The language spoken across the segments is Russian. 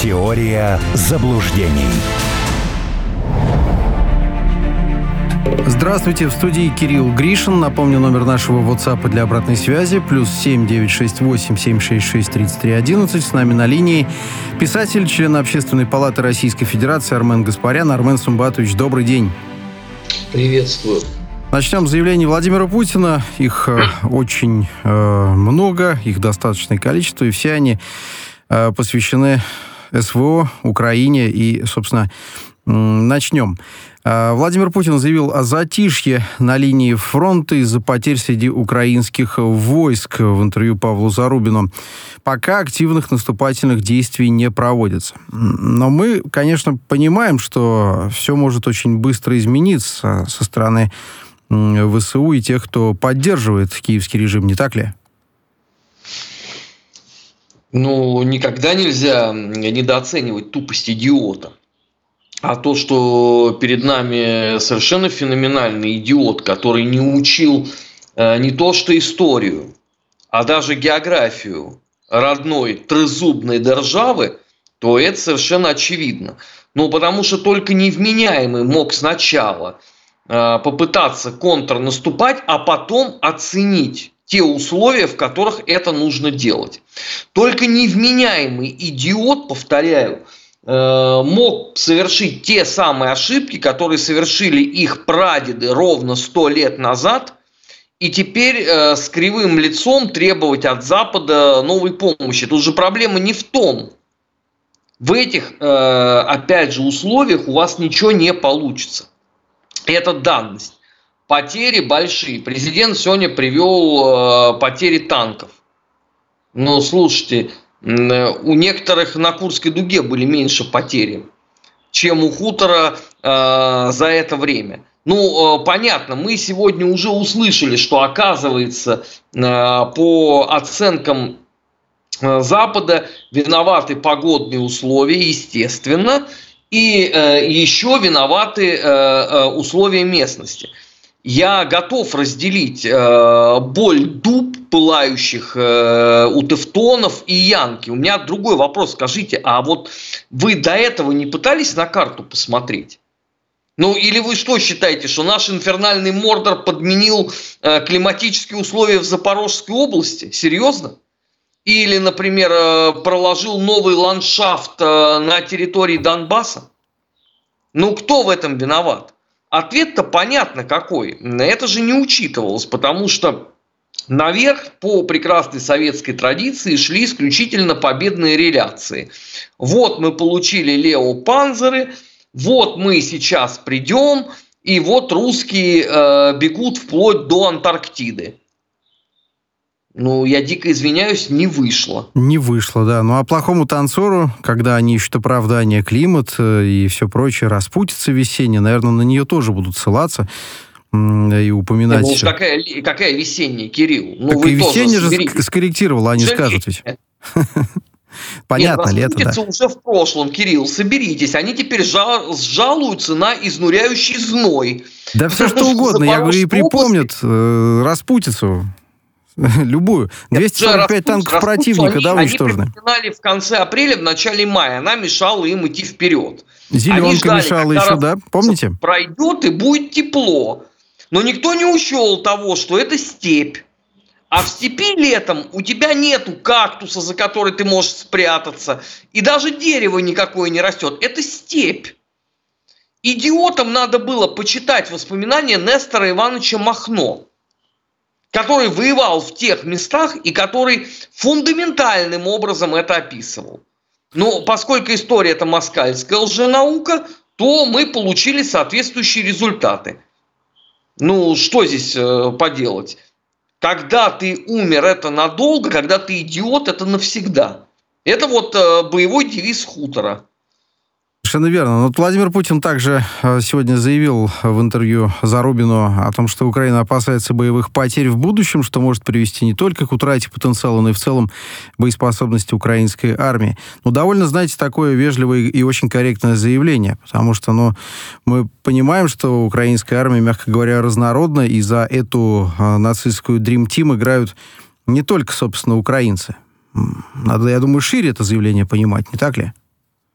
Теория заблуждений. Здравствуйте, в студии Кирилл Гришин. Напомню, номер нашего WhatsApp для обратной связи +7 968 766 33 11. С нами на линии писатель, член Общественной палаты Российской Федерации Армен Гаспарян. Армен Сумбатович, добрый день. Приветствую. Начнем с заявлений Владимира Путина. Их очень много, их достаточное количество, и все они посвящены СВО, Украине. И, собственно, начнем. Владимир Путин заявил о затишье на линии фронта из-за потерь среди украинских войск в интервью Павлу Зарубину. Пока активных наступательных действий не проводится. Но мы, конечно, понимаем, что все может очень быстро измениться со стороны ВСУ и тех, кто поддерживает киевский режим, не так ли? Никогда нельзя недооценивать тупость идиота. А то, что перед нами совершенно феноменальный идиот, который не учил не то что историю, а даже географию родной трезубной державы, то это совершенно очевидно. Потому что только невменяемый мог сначала попытаться контрнаступать, а потом оценить те условия, в которых это нужно делать. Только невменяемый идиот, повторяю, мог совершить те самые ошибки, которые совершили их прадеды ровно 100 лет назад, и теперь с кривым лицом требовать от Запада новой помощи. Тут же проблема не в том. В этих, опять же, условиях у вас ничего не получится. Это данность. Потери большие. Президент сегодня привел потери танков. Слушайте, у некоторых на Курской дуге были меньше потери, чем у хутора за это время. Понятно, мы сегодня уже услышали, что, оказывается, по оценкам Запада виноваты погодные условия, естественно, и еще виноваты условия местности. Я готов разделить боль дуб, пылающих у тевтонов и янки. У меня другой вопрос. Скажите, а вот вы до этого не пытались на карту посмотреть? Или вы что считаете, что наш инфернальный Мордор подменил климатические условия в Запорожской области? Серьезно? Или, например, проложил новый ландшафт на территории Донбасса? Кто в этом виноват? Ответ-то понятно какой. Это же не учитывалось, потому что наверх по прекрасной советской традиции шли исключительно победные реляции. Вот мы получили леопанзеры, вот мы сейчас придем, и вот русские бегут вплоть до Антарктиды. Я дико извиняюсь, не вышло. Не вышло, да. А плохому танцору, когда они ищут оправдание, климат и все прочее, распутица весенняя, наверное, на нее тоже будут ссылаться и упоминать. Какая весенняя, Кирилл? Так вы и весенняя же скорректировала, они скажут ведь. Понятно, лето, да. Уже в прошлом, Кирилл, соберитесь. Они теперь жалуются на изнуряющий зной. Да все что угодно, я говорю, и припомнят распутицу. Любую. 245 танков противника, да, уничтожены. Они припоминали в конце апреля, в начале мая. Она мешала им идти вперед. Зеленка мешала еще, да? Помните? Пройдет и будет тепло. Но никто не учел того, что это степь. А в степи летом у тебя нету кактуса, за который ты можешь спрятаться. И даже дерево никакое не растет. Это степь. Идиотам надо было почитать воспоминания Нестора Ивановича Махно, который воевал в тех местах и который фундаментальным образом это описывал. Поскольку история – это москальская лженаука, то мы получили соответствующие результаты. Что здесь поделать? Когда ты умер, это надолго, когда ты идиот, это навсегда. Это боевой девиз хутора. Совершенно верно. Владимир Путин также сегодня заявил в интервью Зарубину о том, что Украина опасается боевых потерь в будущем, что может привести не только к утрате потенциала, но и в целом боеспособности украинской армии. Довольно, знаете, такое вежливое и очень корректное заявление, потому что, мы понимаем, что украинская армия, мягко говоря, разнородна, и за эту нацистскую Dream Team играют не только, собственно, украинцы. Надо, я думаю, шире это заявление понимать, не так ли?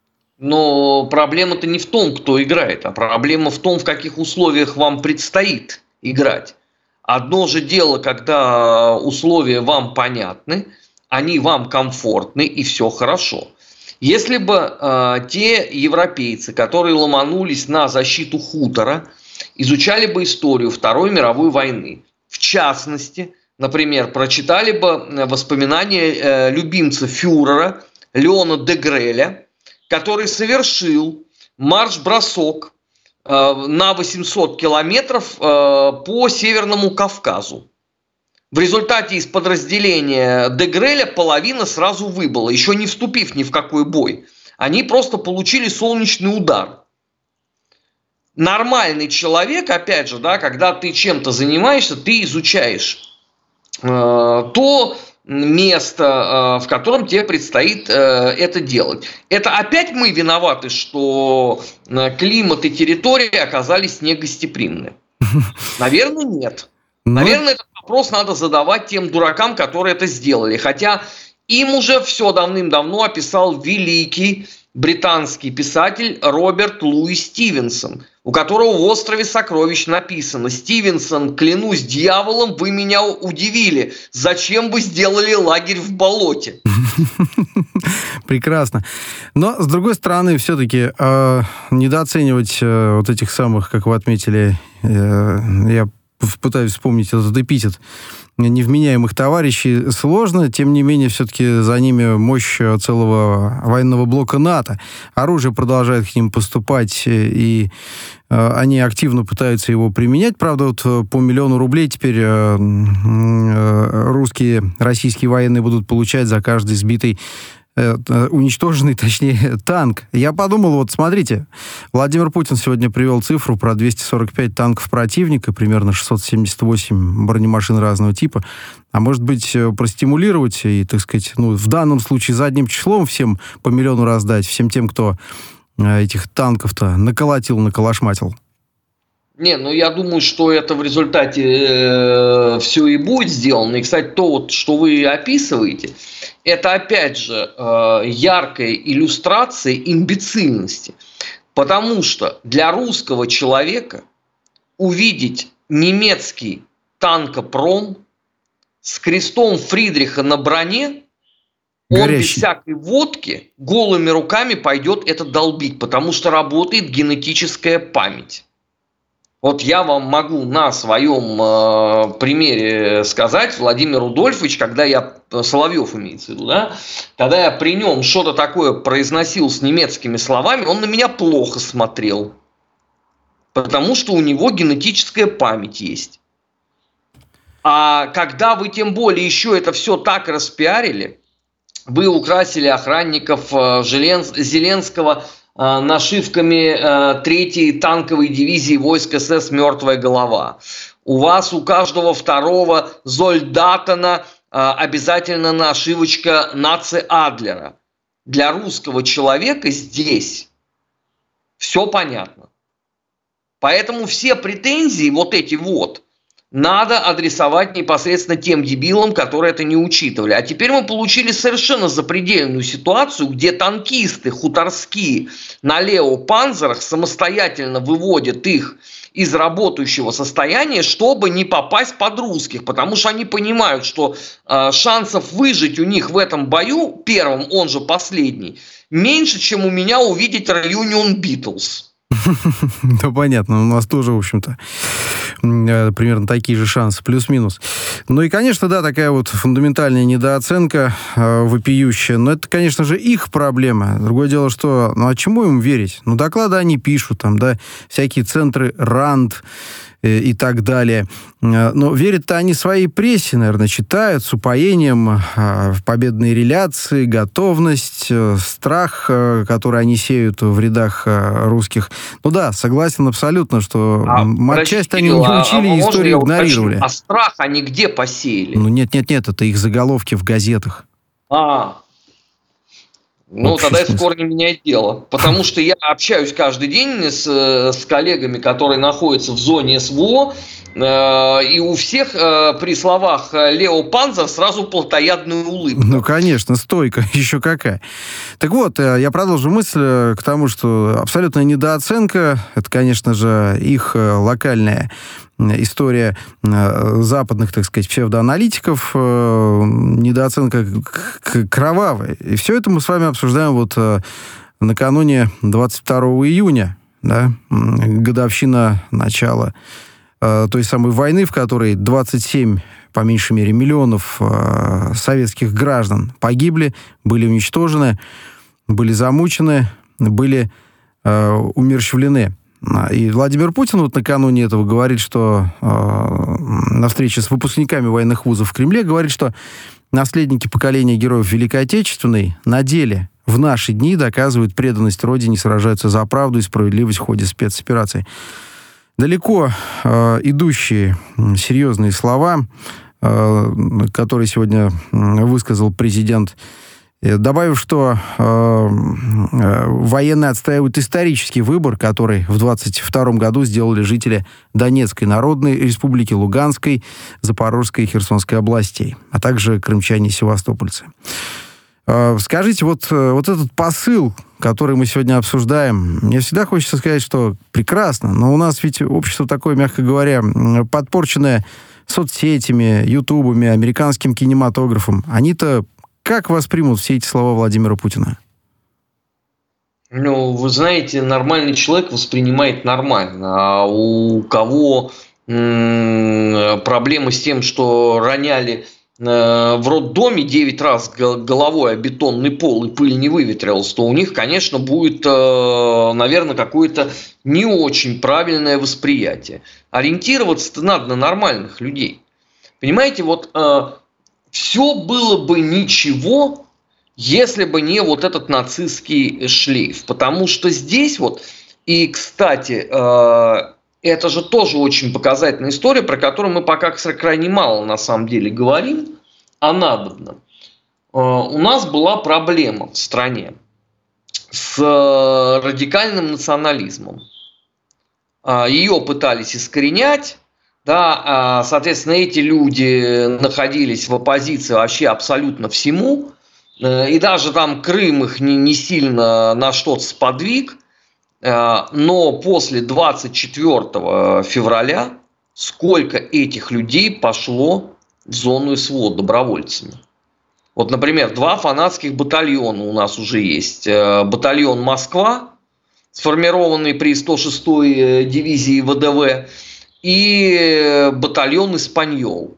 Но проблема-то не в том, кто играет, а проблема в том, в каких условиях вам предстоит играть. Одно же дело, когда условия вам понятны, они вам комфортны и все хорошо. Если бы те европейцы, которые ломанулись на защиту хутора, изучали бы историю Второй мировой войны, в частности, например, прочитали бы воспоминания любимца фюрера Леона де Греля, который совершил марш-бросок на 800 километров по Северному Кавказу. В результате из подразделения де Греля половина сразу выбыла, еще не вступив ни в какой бой. Они просто получили солнечный удар. Нормальный человек, опять же, да, когда ты чем-то занимаешься, ты изучаешь то место, в котором тебе предстоит это делать. Это опять мы виноваты, что климат и территория оказались негостеприимны? Наверное, нет. Наверное, этот вопрос надо задавать тем дуракам, которые это сделали. Хотя им уже все давным-давно описал великий британский писатель Роберт Луис Стивенсон, у которого в «Острове сокровищ» написано: «Стивенсон, клянусь дьяволом, вы меня удивили. Зачем вы сделали лагерь в болоте?» Прекрасно. Но, с другой стороны, все-таки недооценивать вот этих самых, как вы отметили, я пытаюсь вспомнить этот эпитет, невменяемых товарищей сложно, тем не менее, все-таки за ними мощь целого военного блока НАТО. Оружие продолжает к ним поступать, и они активно пытаются его применять. Правда, вот по 1 миллиону рублей теперь российские военные будут получать за каждый сбитый, уничтоженный, точнее, танк. Я подумал, вот смотрите, Владимир Путин сегодня привел цифру про 245 танков противника, примерно 678 бронемашин разного типа. А может быть, простимулировать и, так сказать, в данном случае задним числом всем по 1 миллиону раздать, всем тем, кто этих танков-то наколошматил? Не, я думаю, что это в результате все и будет сделано. И, кстати, то, вот, что вы описываете, это, опять же, яркая иллюстрация имбецильности. Потому что для русского человека увидеть немецкий танкопром с крестом Фридриха на броне, он без всякой водки голыми руками пойдет это долбить, потому что работает генетическая память. Вот я вам могу на своем примере сказать, Владимир Рудольфович, Соловьев имеется в виду, да, когда я при нем что-то такое произносил с немецкими словами, он на меня плохо смотрел, потому что у него генетическая память есть. А когда вы тем более еще это все так распиарили, вы украсили охранников Зеленского нашивками 3-й танковой дивизии войск СС «Мертвая голова». У вас у каждого второго зольдатана обязательно нашивочка «Наци Адлера». Для русского человека здесь все понятно. Поэтому все претензии вот эти вот надо адресовать непосредственно тем дебилам, которые это не учитывали. А теперь мы получили совершенно запредельную ситуацию, где танкисты хуторские на леопанзерах самостоятельно выводят их из работающего состояния, чтобы не попасть под русских. Потому что они понимают, что шансов выжить у них в этом бою, первым, он же последний, меньше, чем у меня увидеть Reunion Beatles. Да, понятно. У нас тоже, в общем-то, примерно такие же шансы, плюс-минус. Ну и, конечно, да, такая вот фундаментальная недооценка вопиющая. Но это, конечно же, их проблема. Другое дело, что, а чему им верить? Доклады они пишут, там, да, всякие центры РАНД и так далее. Но верят-то они своей прессе, наверное, читают с упоением в победные реляции, готовность, страх, который они сеют в рядах русских. Да, согласен абсолютно, что матчасть они не учили, историю игнорировали. А страх они где посеяли? Нет, это их заголовки в газетах. Ну, тогда это в корне меняет дело. Потому что я общаюсь каждый день с коллегами, которые находятся в зоне СВО, и у всех при словах Лео Панзер сразу плотоядная улыбка. Ну, конечно, стойка еще какая. Так вот, я продолжу мысль к тому, что абсолютная недооценка, это, конечно же, их локальная история западных, так сказать, псевдоаналитиков, недооценка кровавая. И все это мы с вами обсуждаем вот накануне 22 июня, да, годовщина начала той самой войны, в которой 27, по меньшей мере, миллионов советских граждан погибли, были уничтожены, были замучены, были умерщвлены. И Владимир Путин вот накануне этого говорит, что на встрече с выпускниками военных вузов в Кремле говорит, что наследники поколения героев Великой Отечественной на деле в наши дни доказывают преданность Родине, сражаются за правду и справедливость в ходе спецопераций. Далеко идущие серьезные слова, которые сегодня высказал президент, добавив, что военные отстаивают исторический выбор, который в 22 году сделали жители Донецкой Народной Республики, Луганской, Запорожской и Херсонской областей, а также крымчане и севастопольцы. Скажите, вот этот посыл, который мы сегодня обсуждаем, мне всегда хочется сказать, что прекрасно, но у нас ведь общество такое, мягко говоря, подпорченное соцсетями, ютубами, американским кинематографом. Они-то как воспримут все эти слова Владимира Путина? Ну, вы знаете, нормальный человек воспринимает нормально, а у кого проблемы с тем, что роняли в роддоме 9 раз головой о бетонный пол и пыль не выветрилась, то у них, конечно, будет, наверное, какое-то не очень правильное восприятие. Ориентироваться-то надо на нормальных людей. Понимаете, вот все было бы ничего, если бы не вот этот нацистский шлейф. Потому что здесь вот, и, кстати, это же тоже очень показательная история, про которую мы пока крайне мало на самом деле говорим, а надобно. У нас была проблема в стране с радикальным национализмом. Ее пытались искоренять, да, соответственно, эти люди находились в оппозиции вообще абсолютно всему, и даже там Крым их не сильно на что-то сподвиг. Но после 24 февраля сколько этих людей пошло в зону СВО добровольцами? Вот, например, 2 фанатских батальона у нас уже есть. Батальон «Москва», сформированный при 106-й дивизии ВДВ, и батальон «Испаньол»,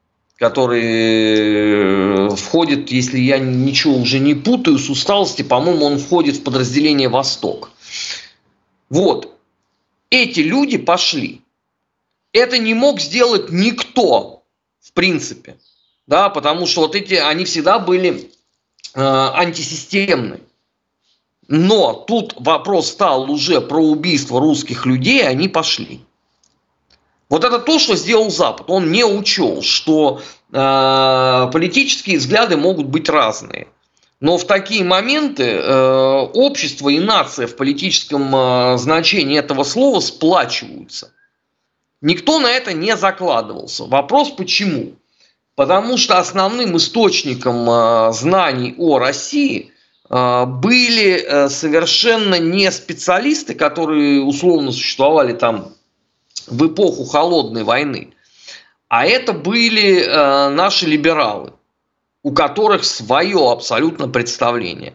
который входит, если я ничего уже не путаю с усталости, по-моему, он входит в подразделение «Восток». Вот, эти люди пошли. Это не мог сделать никто, в принципе, да, потому что вот они всегда были антисистемны. Но тут вопрос стал уже про убийство русских людей, они пошли. Вот это то, что сделал Запад. Он не учел, что политические взгляды могут быть разные. Но в такие моменты общество и нация в политическом значении этого слова сплачиваются. Никто на это не закладывался. Вопрос почему? Потому что основным источником знаний о России были совершенно не специалисты, которые условно существовали там в эпоху холодной войны, а это были наши либералы, у которых свое абсолютно представление.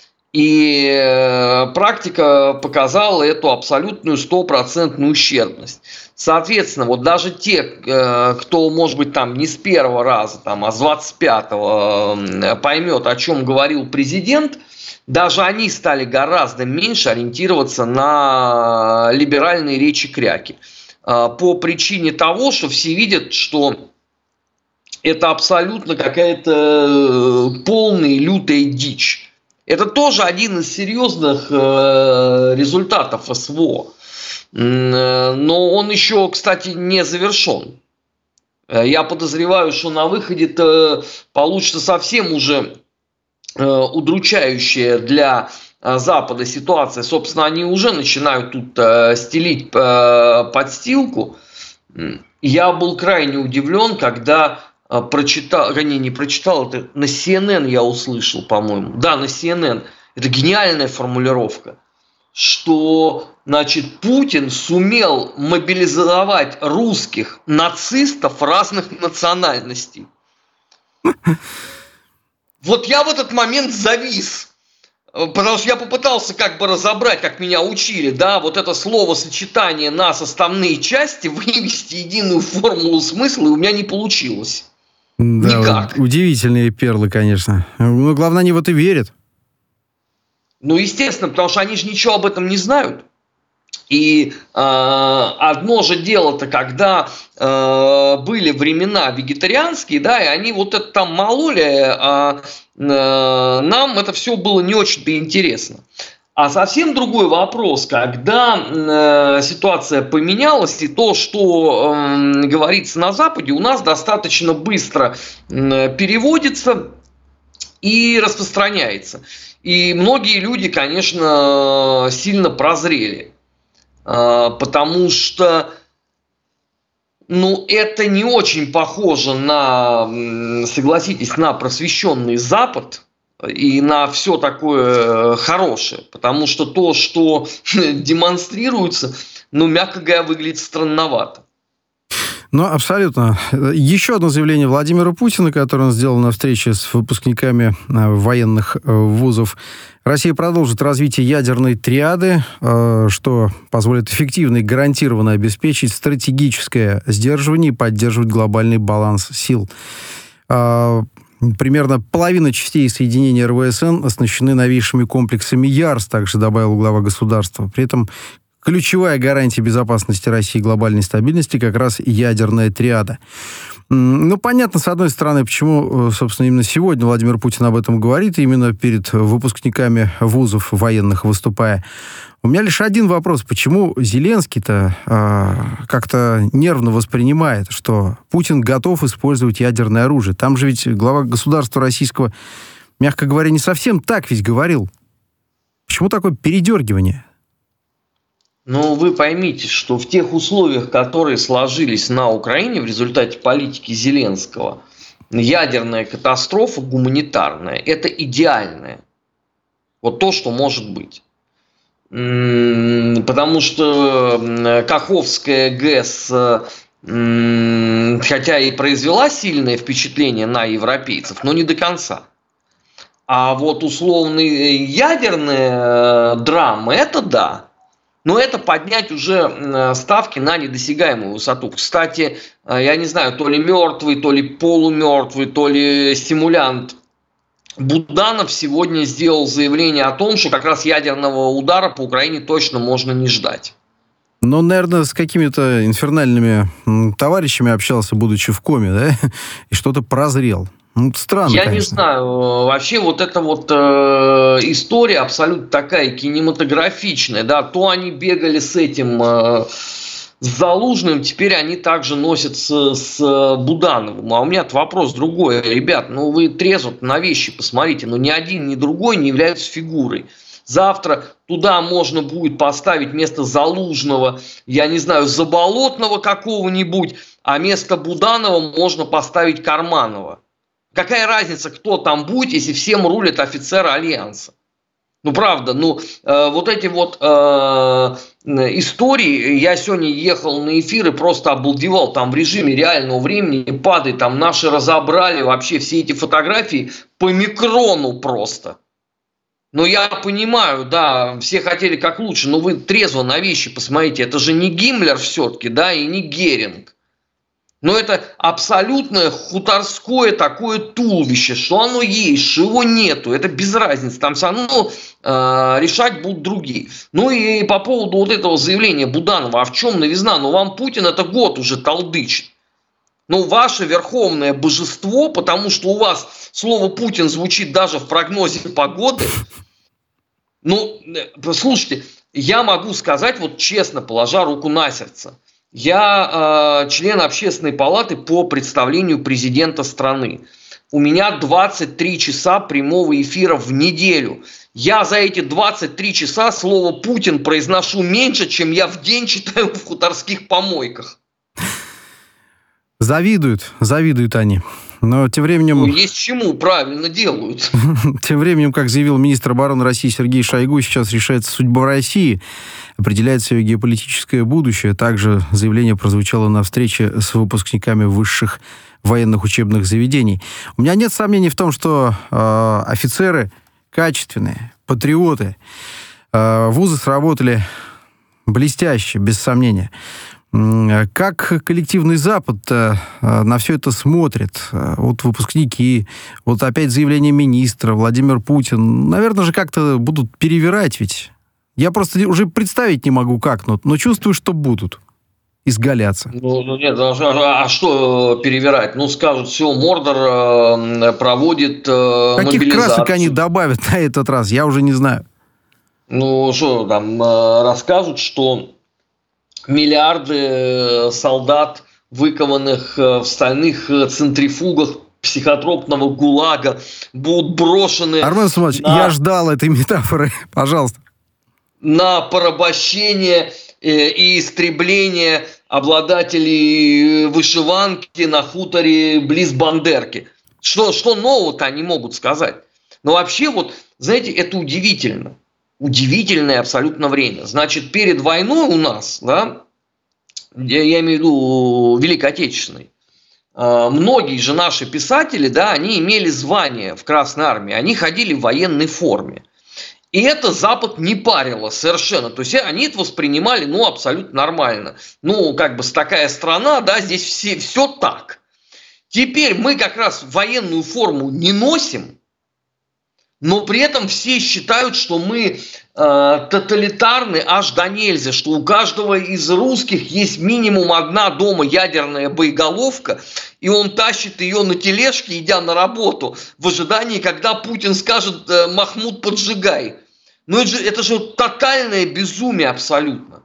И практика показала эту абсолютную 100% ущербность. Соответственно, вот даже те, кто, может быть, там не с первого раза, там, а с 25-го поймет, о чем говорил президент, даже они стали гораздо меньше ориентироваться на либеральные речи-кряки. По причине того, что все видят, что это абсолютно какая-то полная лютая дичь. Это тоже один из серьезных результатов СВО. Но он еще, кстати, не завершен. Я подозреваю, что на выходе-то получится совсем уже удручающая для Запада ситуация. Собственно, они уже начинают тут стелить подстилку. Я был крайне удивлен, когда прочитал, не прочитал, это на CNN я услышал, по-моему. Да, на CNN. Это гениальная формулировка, что, значит, Путин сумел мобилизовать русских нацистов разных национальностей. Вот я в этот момент завис, потому что я попытался как бы разобрать, как меня учили, да, вот это словосочетание на составные части, вывести единую формулу смысла, и у меня не получилось. Да, никак. Удивительные перлы, конечно. Но главное, они в это верят. Ну, естественно, потому что они же ничего об этом не знают. И одно же дело-то, когда были времена вегетарианские, да, и они вот это там мололи, нам это все было не очень-то интересно. А совсем другой вопрос, когда ситуация поменялась, и то, что говорится на Западе, у нас достаточно быстро переводится и распространяется. И многие люди, конечно, сильно прозрели. Потому что, это не очень похоже на, согласитесь, на просвещенный Запад и на все такое хорошее. Потому что то, что демонстрируется, мягко говоря, выглядит странновато. Абсолютно. Еще одно заявление Владимира Путина, которое он сделал на встрече с выпускниками военных вузов. Россия продолжит развитие ядерной триады, что позволит эффективно и гарантированно обеспечить стратегическое сдерживание и поддерживать глобальный баланс сил. Примерно половина частей соединения РВСН оснащены новейшими комплексами ЯРС, также добавил глава государства. При этом ключевая гарантия безопасности России и глобальной стабильности как раз ядерная триада. Понятно, с одной стороны, почему, собственно, именно сегодня Владимир Путин об этом говорит, именно перед выпускниками вузов военных выступая. У меня лишь один вопрос. Почему Зеленский-то как-то нервно воспринимает, что Путин готов использовать ядерное оружие? Там же ведь глава государства российского, мягко говоря, не совсем так ведь говорил. Почему такое передергивание? Вы поймите, что в тех условиях, которые сложились на Украине в результате политики Зеленского, ядерная катастрофа гуманитарная – это идеальное. Вот то, что может быть. Потому что Каховская ГЭС, хотя и произвела сильное впечатление на европейцев, но не до конца. А вот условные ядерные драмы – это да. Но это поднять уже ставки на недосягаемую высоту. Кстати, я не знаю, то ли мертвый, то ли полумертвый, то ли стимулянт Буданов сегодня сделал заявление о том, что как раз ядерного удара по Украине точно можно не ждать. Наверное, с какими-то инфернальными товарищами общался, будучи в коме, да? И что-то прозрел. Странно, я конечно. Не знаю, вообще вот эта вот история абсолютно такая кинематографичная, да, то они бегали с этим, с Залужным, теперь они также носятся с Будановым, а у меня вопрос другой, ребят, вы трезво на вещи посмотрите, ни один, ни другой не являются фигурой. Завтра туда можно будет поставить вместо Залужного, я не знаю, Заболотного какого-нибудь, а вместо Буданова можно поставить Карманова. Какая разница, кто там будет, если всем рулят офицеры Альянса? Правда, вот эти вот истории, я сегодня ехал на эфир и просто обалдевал, там в режиме реального времени падает, там наши разобрали вообще все эти фотографии по микрону просто. Я понимаю, да, все хотели как лучше, но вы трезво на вещи посмотрите, это же не Гиммлер все-таки, да, и не Геринг. Но это абсолютно хуторское такое туловище, что оно есть, что его нету, это без разницы, там все равно решать будут другие. И по поводу вот этого заявления Буданова, а в чем новизна? Вам Путин это год уже толдычит. Ваше верховное божество, потому что у вас слово Путин звучит даже в прогнозе погоды. Слушайте, я могу сказать вот честно, положа руку на сердце. Я член Общественной палаты по представлению президента страны. у меня 23 часа прямого эфира в неделю. Я за эти 23 часа слово «Путин» произношу меньше, чем я в день читаю в хуторских помойках. Завидуют они. Но тем временем... Ну, есть чему, правильно делают. Тем временем, как заявил министр обороны России Сергей Шойгу, сейчас решается судьба России, определяется ее геополитическое будущее. Также заявление прозвучало на встрече с выпускниками высших военных учебных заведений. У меня нет сомнений в том, что офицеры качественные, патриоты. Вузы сработали блестяще, без сомнения. Как коллективный Запад на все это смотрит? Вот выпускники, вот опять заявление министра, Владимир Путин. Наверное же, как-то будут перевирать ведь. Я просто уже представить не могу как, но чувствую, что будут изгаляться. Ну нет, а что перевирать? Ну, скажут, все, Мордор проводит мобилизацию. Каких красок они добавят на этот раз, я уже не знаю. Ну, что там, расскажут, что миллиарды солдат, выкованных в стальных центрифугах психотропного ГУЛАГа, будут брошены... Армен Самович, я ждал этой метафоры, пожалуйста. На порабощение и истребление обладателей вышиванки на хуторе близ Бандерки. Что нового-то они могут сказать? Но вообще, вот, знаете, это удивительно. Удивительное абсолютно время. Значит, перед войной у нас, да, я имею в виду Великой Отечественной, многие же наши писатели, да, они имели звание в Красной Армии, они ходили в военной форме. И это Запад не парило совершенно. То есть они это воспринимали, ну, абсолютно нормально. Ну, как бы такая страна, да, здесь все так. Теперь мы как раз военную форму не носим, но при этом все считают, что мы тоталитарны аж до нельзя, что у каждого из русских есть минимум одна дома ядерная боеголовка, и он тащит ее на тележке, идя на работу, в ожидании, когда Путин скажет «Махмуд, поджигай». Ну это же тотальное безумие абсолютно.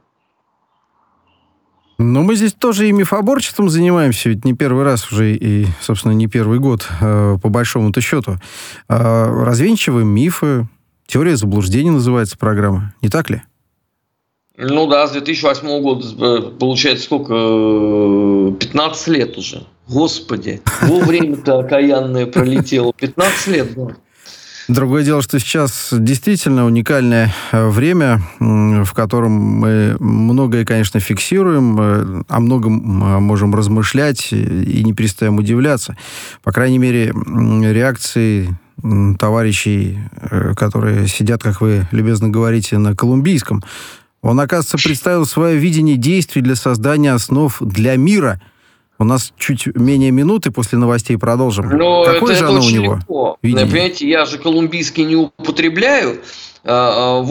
Но мы здесь тоже и мифоборчеством занимаемся, ведь не первый раз уже и, собственно, не первый год, по большому-то счету. Развенчиваем мифы, теория заблуждений называется программа, не так ли? Ну да, с 2008 года, получается, сколько? 15 лет уже. Господи, во время-то окаянное пролетело. 15 лет, да. Другое дело, что сейчас действительно уникальное время, в котором мы многое, конечно, фиксируем, о многом можем размышлять и не перестаем удивляться. По крайней мере, реакции товарищей, которые сидят, как вы любезно говорите, на Колумбийском. Он, оказывается, представил свое видение действий для создания основ для мира. У нас чуть менее минуты, после новостей продолжим. Но какое же оно у него? Легко. Понимаете, я же колумбийский не употребляю, а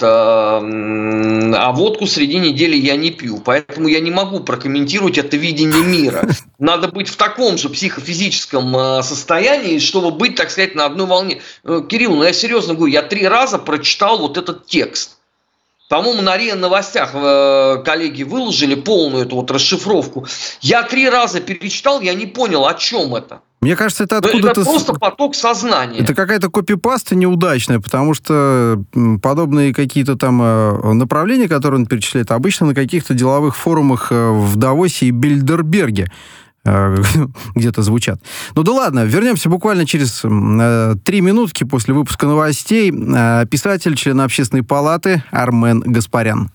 водку среди недели я не пью. Поэтому я не могу прокомментировать это видение мира. Надо быть в таком же психофизическом состоянии, чтобы быть, так сказать, на одной волне. Кирилл, я серьезно говорю, я 3 раза прочитал вот этот текст. По-моему, на РИА Новостях коллеги выложили полную эту вот расшифровку. Я 3 раза перечитал, я не понял, о чем это. Мне кажется, это откуда-то... Это просто поток сознания. Это какая-то копипаста неудачная, потому что подобные какие-то там направления, которые он перечисляет, обычно на каких-то деловых форумах в Давосе и Бильдерберге где-то звучат. Ну да ладно, вернемся буквально через 3 минутки после выпуска новостей. Писатель, член Общественной палаты Армен Гаспарян.